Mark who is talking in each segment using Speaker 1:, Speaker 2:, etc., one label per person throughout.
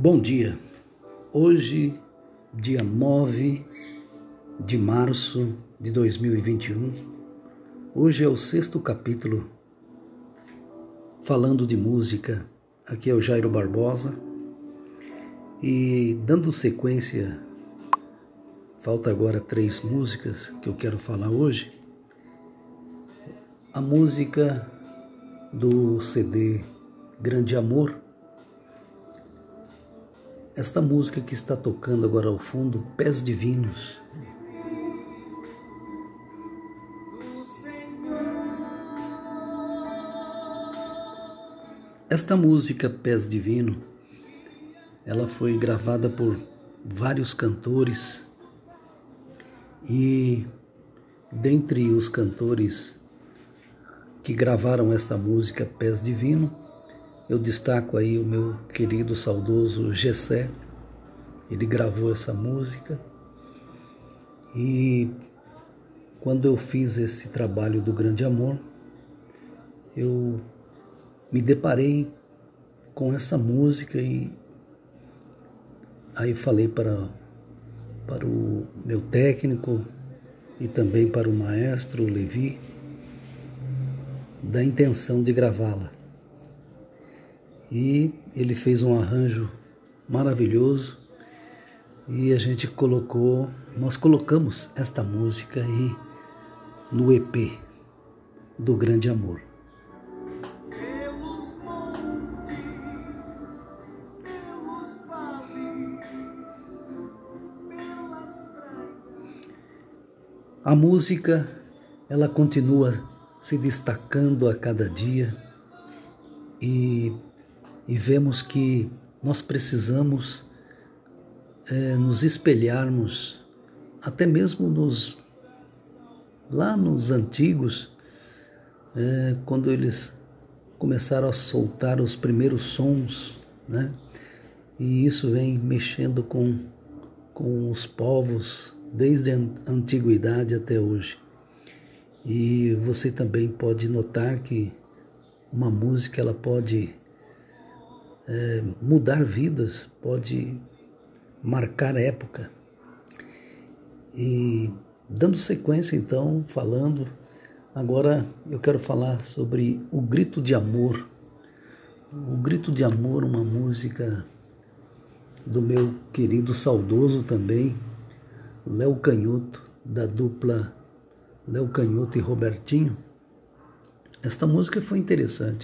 Speaker 1: Bom dia, hoje, dia 9 de março de 2021, hoje é o 6º capítulo falando de música. Aqui é o Jairo Barbosa e dando sequência, falta agora 3 músicas que eu quero falar hoje. A música do CD Grande Amor. Esta música que está tocando agora ao fundo, Pés Divinos. Esta música, Pés Divinos, ela foi gravada por vários cantores e dentre os cantores que gravaram esta música, Pés Divinos, eu destaco aí o meu querido, saudoso Gessé. Ele gravou essa música e quando eu fiz esse trabalho do Grande Amor, eu me deparei com essa música e aí falei para o meu técnico e também para o maestro Levi da intenção de gravá-la. E ele fez um arranjo maravilhoso e nós colocamos esta música aí no EP do Grande Amor. A música, ela continua se destacando a cada dia e vemos que nós precisamos nos espelharmos, até mesmo lá nos antigos, quando eles começaram a soltar os primeiros sons, né? E isso vem mexendo com os povos desde a antiguidade até hoje. E você também pode notar que uma música ela pode mudar vidas, pode marcar época. E dando sequência então, falando, agora eu quero falar sobre O Grito de Amor. O Grito de Amor, uma música do meu querido saudoso também, Léo Canhoto, da dupla Léo Canhoto e Robertinho. Esta música foi interessante.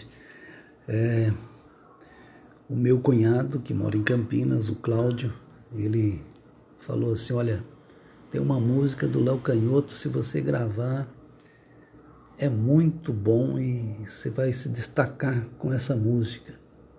Speaker 1: O meu cunhado, que mora em Campinas, o Cláudio, ele falou assim, olha, tem uma música do Léo Canhoto, se você gravar, é muito bom e você vai se destacar com essa música.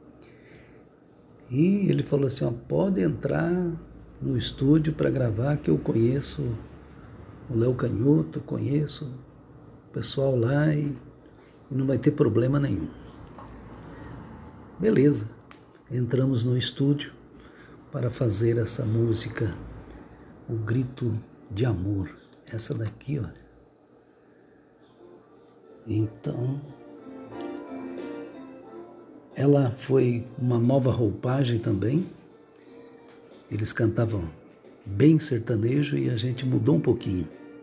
Speaker 1: E ele falou assim, ó, pode entrar no estúdio para gravar, que eu conheço o Léo Canhoto, conheço o pessoal lá e não vai ter problema nenhum. Beleza, entramos no estúdio para fazer essa música, O Grito de Amor. Essa daqui, olha. Então, ela foi uma nova roupagem também. Eles cantavam bem sertanejo e a gente mudou um pouquinho.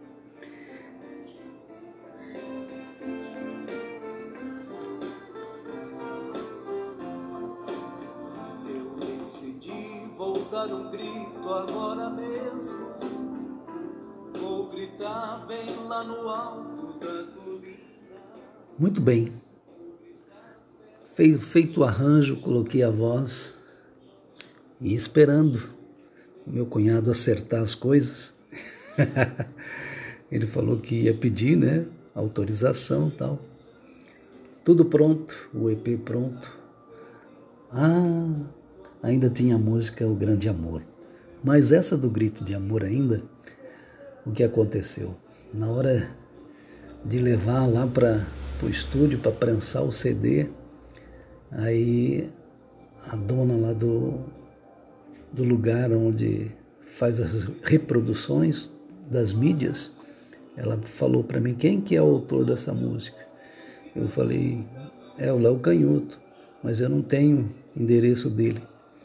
Speaker 2: Eu decidi voltar um grito agora mesmo. Vou gritar bem lá no alto da colina.
Speaker 1: Muito bem. Feito o arranjo, coloquei a voz e esperando o meu cunhado acertar as coisas. Ele falou que ia pedir, né, autorização e tal. Tudo pronto, o EP pronto. Ainda tinha a música O Grande Amor. Mas essa do Grito de Amor ainda, o que aconteceu? Na hora de levar lá para o estúdio para prensar o CD, aí a dona lá do lugar onde faz as reproduções das mídias, ela falou para mim, quem que é o autor dessa música? Eu falei, é o Léo Canhoto, mas eu não tenho endereço dele.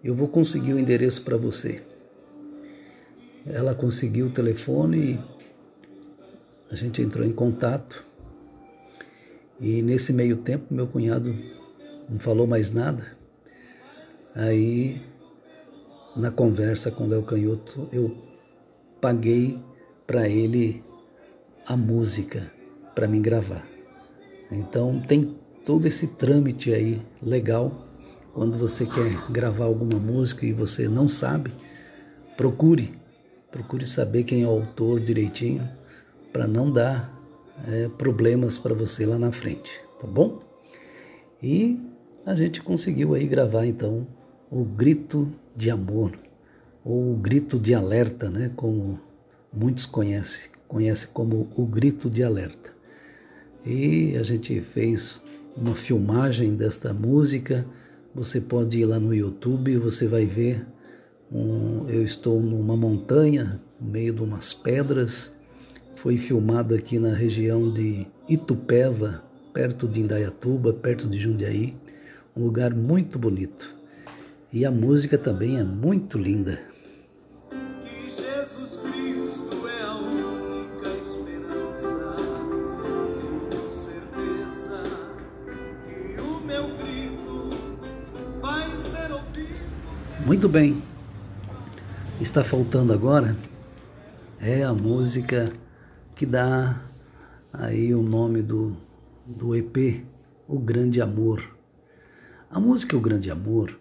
Speaker 1: eu vou conseguir o endereço para você. Ela conseguiu o telefone e a gente entrou em contato. E nesse meio tempo, meu cunhado não falou mais nada. Aí, na conversa com o Léo Canhoto, eu paguei para ele a música para mim gravar. Então, tem todo esse trâmite aí legal. Quando você quer gravar alguma música e você não sabe, procure saber quem é o autor direitinho, para não dar problemas para você lá na frente, tá bom? E a gente conseguiu aí gravar então o Grito de Amor, ou o Grito de Alerta, né? Como muitos conhecem como o Grito de Alerta. E a gente fez uma filmagem desta música. Você pode ir lá no YouTube, você vai ver. Eu estou numa montanha, no meio de umas pedras. Foi filmado aqui na região de Itupeva, perto de Indaiatuba, perto de Jundiaí. Um lugar muito bonito. E a música também é muito linda.
Speaker 2: Que Jesus Cristo é a única esperança. Tenho certeza que o meu grito vai ser ouvido.
Speaker 1: Muito bem. Está faltando agora a música que dá aí o nome do EP, O Grande Amor. A música O Grande Amor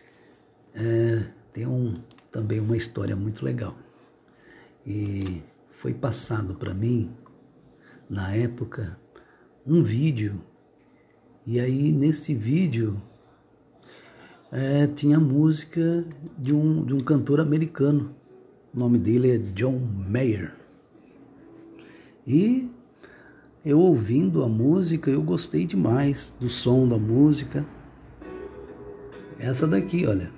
Speaker 1: tem também uma história muito legal. E foi passado para mim, na época, um vídeo. E aí, nesse vídeo, tinha a música de um cantor americano. O nome dele é John Mayer. E eu ouvindo a música, eu gostei demais do som da música. Essa daqui, olha.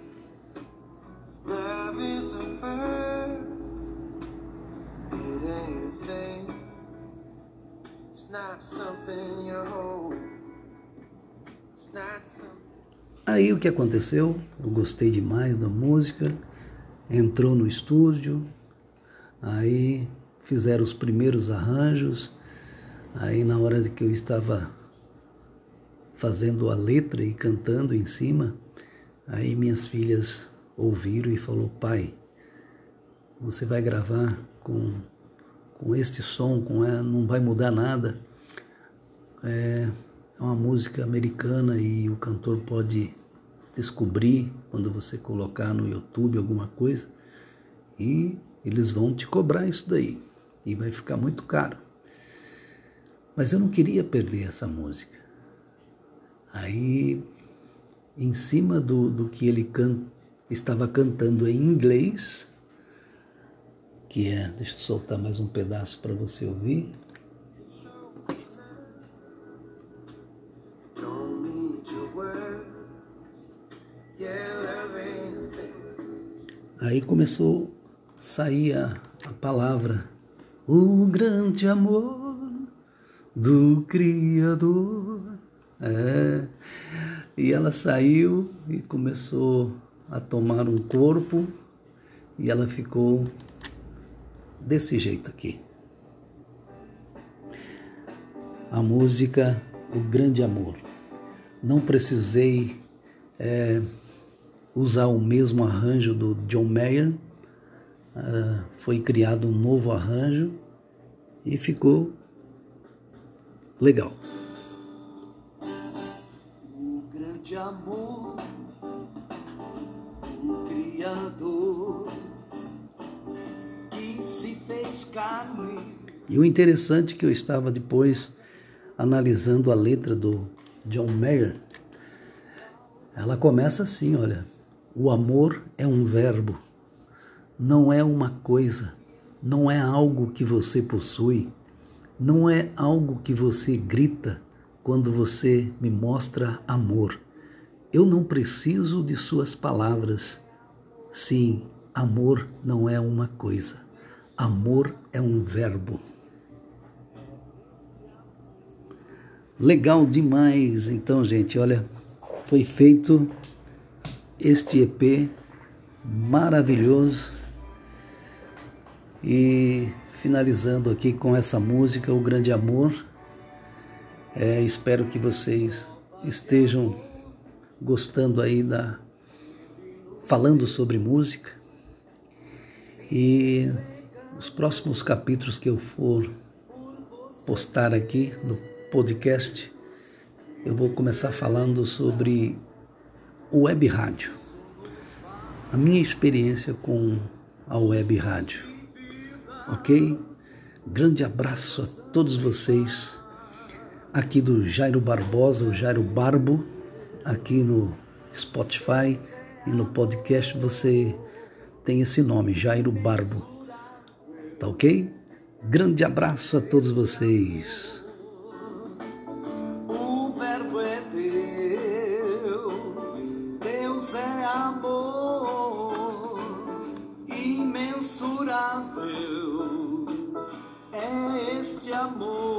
Speaker 1: Aí o que aconteceu? Eu gostei demais da música. Entrou no estúdio, aí fizeram os primeiros arranjos. Aí na hora que eu estava fazendo a letra e cantando em cima, aí minhas filhas ouviram e falaram: pai, você vai gravar com este som, não vai mudar nada. É uma música americana e o cantor pode descobrir quando você colocar no YouTube alguma coisa, e eles vão te cobrar isso daí e vai ficar muito caro. Mas eu não queria perder essa música. Aí, em cima do que ele estava cantando em inglês, que deixa eu soltar mais um pedaço para você ouvir. Aí começou a sair a palavra, o grande amor do Criador. E ela saiu e começou a tomar um corpo, e ela ficou desse jeito aqui. A música O Grande Amor. Não precisei usar o mesmo arranjo do John Mayer. Foi criado um novo arranjo e ficou legal.
Speaker 2: O grande amor, o Criador, que se fez carne.
Speaker 1: E o interessante é que eu estava depois analisando a letra do John Mayer. Ela começa assim, olha: o amor é um verbo, não é uma coisa, não é algo que você possui, não é algo que você grita quando você me mostra amor. Eu não preciso de suas palavras. Sim, amor não é uma coisa, amor é um verbo. Legal demais. Então, gente, olha, foi feito este EP maravilhoso. E finalizando aqui com essa música, O Grande Amor. Espero que vocês estejam gostando aí falando sobre música. E os próximos capítulos que eu for postar aqui no podcast, eu vou começar falando sobre o web rádio, a minha experiência com a web rádio, ok? Grande abraço a todos vocês, aqui do Jairo Barbosa, o Jairo Barbo, aqui no Spotify e no podcast você tem esse nome, Jairo Barbo, tá ok? Grande abraço a todos vocês.
Speaker 2: O verbo é Deus é amor, imensurável é este amor.